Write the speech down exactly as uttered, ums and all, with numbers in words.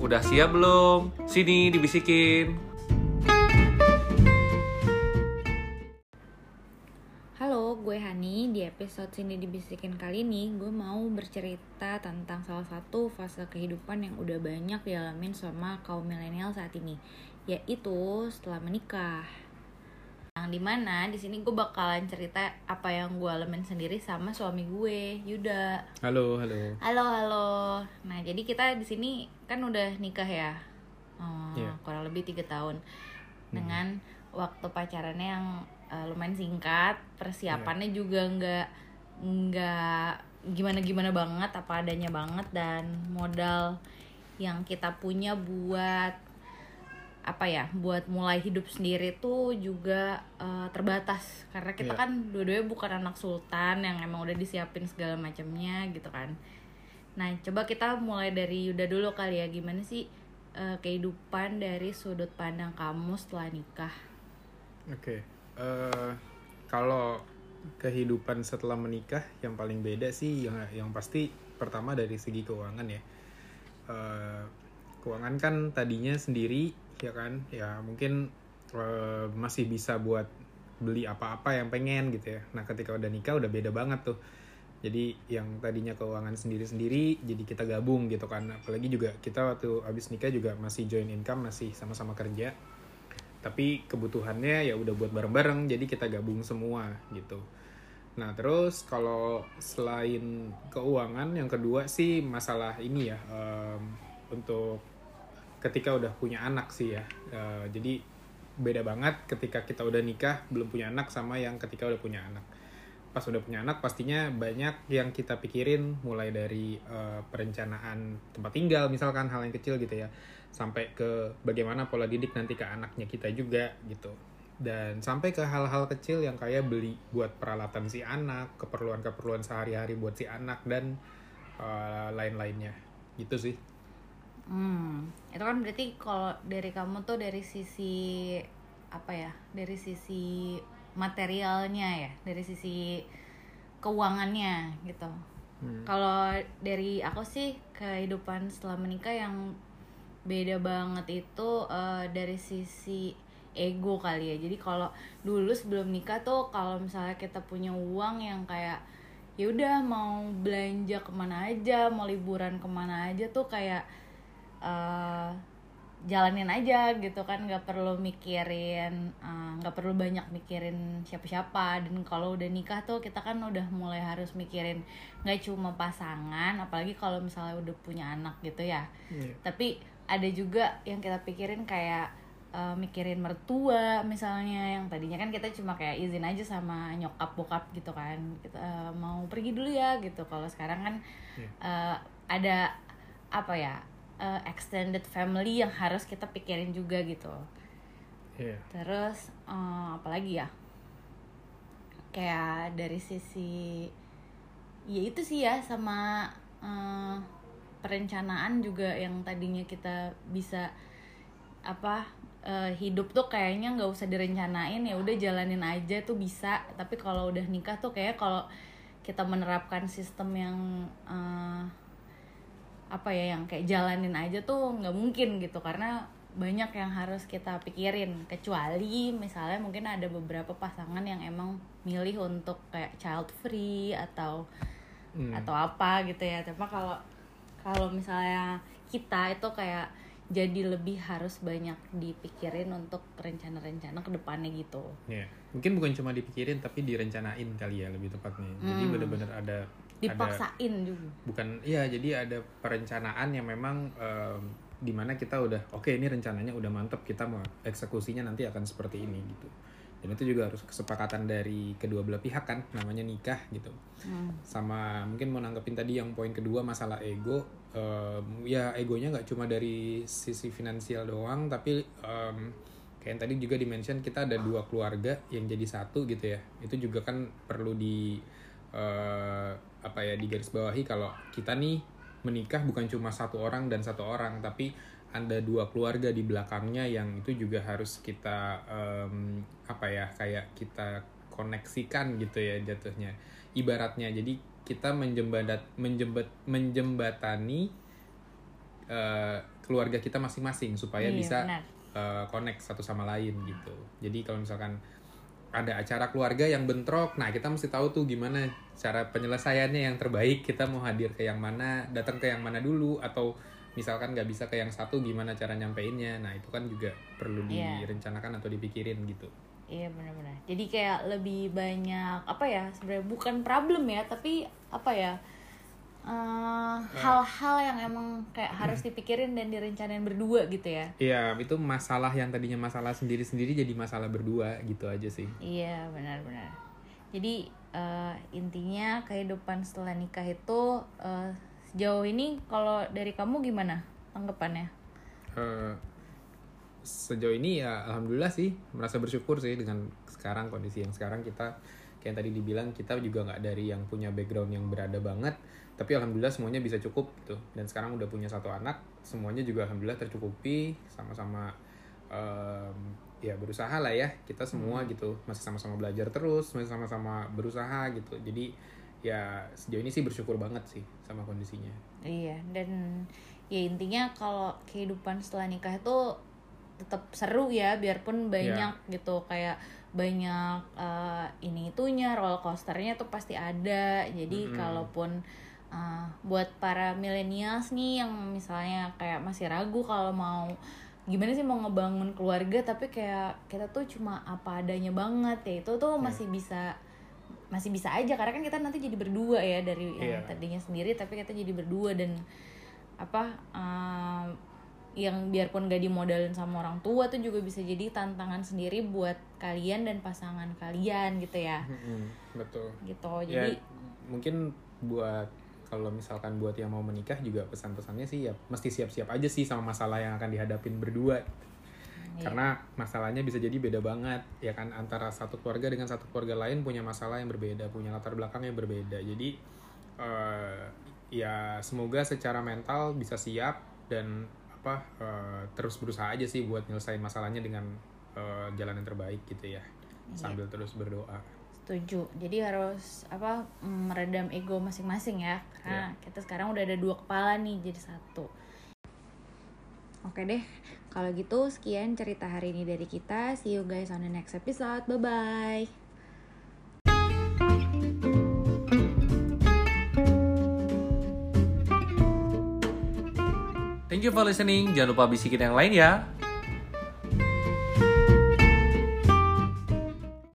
Udah siap belum? Sini dibisikin. Halo, gue Hani. Di episode Sini Dibisikin kali ini, gue mau bercerita tentang salah satu fase kehidupan yang udah banyak dialamin sama kaum milenial saat ini, yaitu setelah menikah. Yang dimana di sini gue bakalan cerita apa yang gue alamin sendiri sama suami gue, Yuda. Halo, halo. Halo, halo. Nah, jadi kita di sini kan udah nikah ya, oh, Yeah. kurang lebih tiga tahun dengan hmm. waktu pacarannya yang uh, lumayan singkat, persiapannya yeah. juga nggak nggak gimana-gimana banget, apa adanya banget, dan modal yang kita punya buat apa ya, buat mulai hidup sendiri tuh juga uh, terbatas karena kita yeah. kan dua-duanya bukan anak sultan yang emang udah disiapin segala macamnya gitu kan. Nah, coba kita mulai dari Yuda dulu kali ya, gimana sih uh, kehidupan dari sudut pandang kamu setelah nikah? Oke, okay. uh, kalau kehidupan setelah menikah yang paling beda sih yang yang pasti pertama dari segi keuangan ya. Uh, keuangan kan tadinya sendiri ya kan, ya mungkin uh, masih bisa buat beli apa-apa yang pengen gitu ya. Nah, ketika udah nikah udah beda banget tuh. Jadi yang tadinya keuangan sendiri-sendiri jadi kita gabung gitu kan. Apalagi juga kita waktu habis nikah juga masih joint income, masih sama-sama kerja. Tapi kebutuhannya ya udah buat bareng-bareng, jadi kita gabung semua gitu. Nah, terus kalau selain keuangan, yang kedua sih masalah ini ya, um, untuk ketika udah punya anak sih ya. Uh, jadi beda banget ketika kita udah nikah belum punya anak sama yang ketika udah punya anak. Pas udah punya anak pastinya banyak yang kita pikirin, mulai dari uh, perencanaan tempat tinggal misalkan, hal yang kecil gitu ya, sampai ke bagaimana pola didik nanti ke anaknya kita juga gitu, dan sampai ke hal-hal kecil yang kayak beli buat peralatan si anak, keperluan-keperluan sehari-hari buat si anak, dan uh, lain-lainnya gitu sih. Hmm, itu kan berarti kalau dari kamu tuh dari sisi apa ya, dari sisi materialnya ya, dari sisi keuangannya gitu. Hmm. Kalau dari aku sih kehidupan setelah menikah yang beda banget itu uh, dari sisi ego kali ya. Jadi kalau dulu sebelum nikah tuh kalau misalnya kita punya uang yang kayak ya udah mau belanja kemana aja, mau liburan kemana aja tuh kayak uh, jalanin aja gitu kan, nggak perlu mikirin, nggak uh, perlu banyak mikirin siapa-siapa. Dan kalau udah nikah tuh kita kan udah mulai harus mikirin nggak cuma pasangan, apalagi kalau misalnya udah punya anak gitu ya. Yeah. Tapi ada juga yang kita pikirin kayak uh, mikirin mertua misalnya, yang tadinya kan kita cuma kayak izin aja sama nyokap bokap gitu kan, kita uh, mau pergi dulu ya gitu. Kalau sekarang kan yeah. uh, ada apa ya, Uh, extended family yang harus kita pikirin juga gitu. Yeah. Terus uh, apalagi ya, kayak dari sisi ya itu sih ya, sama uh, perencanaan juga, yang tadinya kita bisa apa uh, hidup tuh kayaknya nggak usah direncanain, ya udah jalanin aja tuh bisa. Tapi kalau udah nikah tuh kayak kalau kita menerapkan sistem yang uh, apa ya, yang kayak jalanin aja tuh nggak mungkin gitu, karena banyak yang harus kita pikirin. Kecuali misalnya mungkin ada beberapa pasangan yang emang milih untuk kayak child free atau hmm. atau apa gitu ya. Tapi kalau kalau misalnya kita itu kayak jadi lebih harus banyak dipikirin untuk rencana-rencana ke depannya gitu. Ya, mungkin bukan cuma dipikirin tapi direncanain kali ya, lebih tepatnya. Jadi hmm. benar-benar ada dipaksain ada, juga. Bukan, iya, jadi ada perencanaan yang memang um, di mana kita udah oke, okay, ini rencananya udah mantep, kita mau eksekusinya nanti akan seperti ini gitu. Dan itu juga harus kesepakatan dari kedua belah pihak kan, namanya nikah gitu. Hmm. Sama mungkin mau nanggepin tadi yang poin kedua, masalah ego. Um, ya egonya nggak cuma dari sisi finansial doang, tapi um, kayak yang tadi juga di-mention kita ada dua keluarga yang jadi satu gitu ya. Itu juga kan perlu di uh, apa ya, digarisbawahi kalau kita nih menikah bukan cuma satu orang dan satu orang, tapi ada dua keluarga di belakangnya yang itu juga harus kita um, apa ya, kayak kita koneksikan gitu ya jatuhnya, ibaratnya. Jadi kita menjembat menjembat menjembatani uh, keluarga kita masing-masing supaya Iya, bisa benar. uh, connect satu sama lain gitu. Jadi kalau misalkan ada acara keluarga yang bentrok, nah kita mesti tahu tuh gimana cara penyelesaiannya yang terbaik. Kita mau hadir ke yang mana, datang ke yang mana dulu, atau misalkan nggak bisa ke yang satu, gimana cara nyampeinnya. Nah itu kan juga perlu Iya. direncanakan atau dipikirin gitu. Iya benar-benar. Jadi kayak lebih banyak apa ya sebenarnya bukan problem ya tapi apa ya eh, hal-hal yang emang kayak harus dipikirin dan direncanain berdua gitu ya. Iya, itu masalah yang tadinya masalah sendiri-sendiri jadi masalah berdua gitu aja sih. Iya benar-benar. Jadi eh, intinya kehidupan setelah nikah itu eh, sejauh ini kalau dari kamu gimana tanggapannya? Eh, sejauh ini ya alhamdulillah sih, merasa bersyukur sih dengan sekarang kondisi yang sekarang kita kayak yang tadi dibilang kita juga nggak dari yang punya background yang berada banget, tapi alhamdulillah semuanya bisa cukup gitu. Dan sekarang udah punya satu anak, semuanya juga alhamdulillah tercukupi, sama-sama um, ya berusaha lah ya kita semua Hmm. gitu, masih sama-sama belajar terus, masih sama-sama berusaha gitu. Jadi ya sejauh ini sih bersyukur banget sih sama kondisinya. Iya dan ya intinya kalau kehidupan setelah nikah itu tetap seru ya biarpun banyak gitu kayak banyak eh, ini itunya roller coasternya tuh pasti ada. Jadi Mm-mm. kalaupun eh, buat para millennials nih yang misalnya kayak masih ragu kalau mau gimana sih mau ngebangun keluarga tapi kayak kita tuh cuma apa adanya banget ya itu tuh Iya. masih bisa masih bisa aja karena kan kita nanti jadi berdua ya dari yang Iya. tadinya sendiri tapi kita jadi berdua dan apa em, yang biarpun gak dimodalin sama orang tua tuh juga bisa jadi tantangan sendiri buat kalian dan pasangan kalian gitu ya Mm-mm, betul. gitu Ya jadi mungkin buat kalau misalkan buat yang mau menikah juga pesan-pesannya sih ya mesti siap-siap aja sih sama masalah yang akan dihadapin berdua. iya. Karena masalahnya bisa jadi beda banget ya kan, antara satu keluarga dengan satu keluarga lain punya masalah yang berbeda, punya latar belakang yang berbeda. Jadi eh, ya semoga secara mental bisa siap dan apa eh, terus berusaha aja sih buat nyelesain masalahnya dengan eh, jalan yang terbaik gitu ya, sambil terus berdoa. setuju jadi harus apa mm, meredam ego masing-masing ya karena kita sekarang udah ada dua kepala nih jadi satu. Oke deh kalau gitu sekian cerita hari ini dari kita. See you guys on the next episode. Bye bye. Thank you for listening. Jangan lupa bisikin yang lain ya.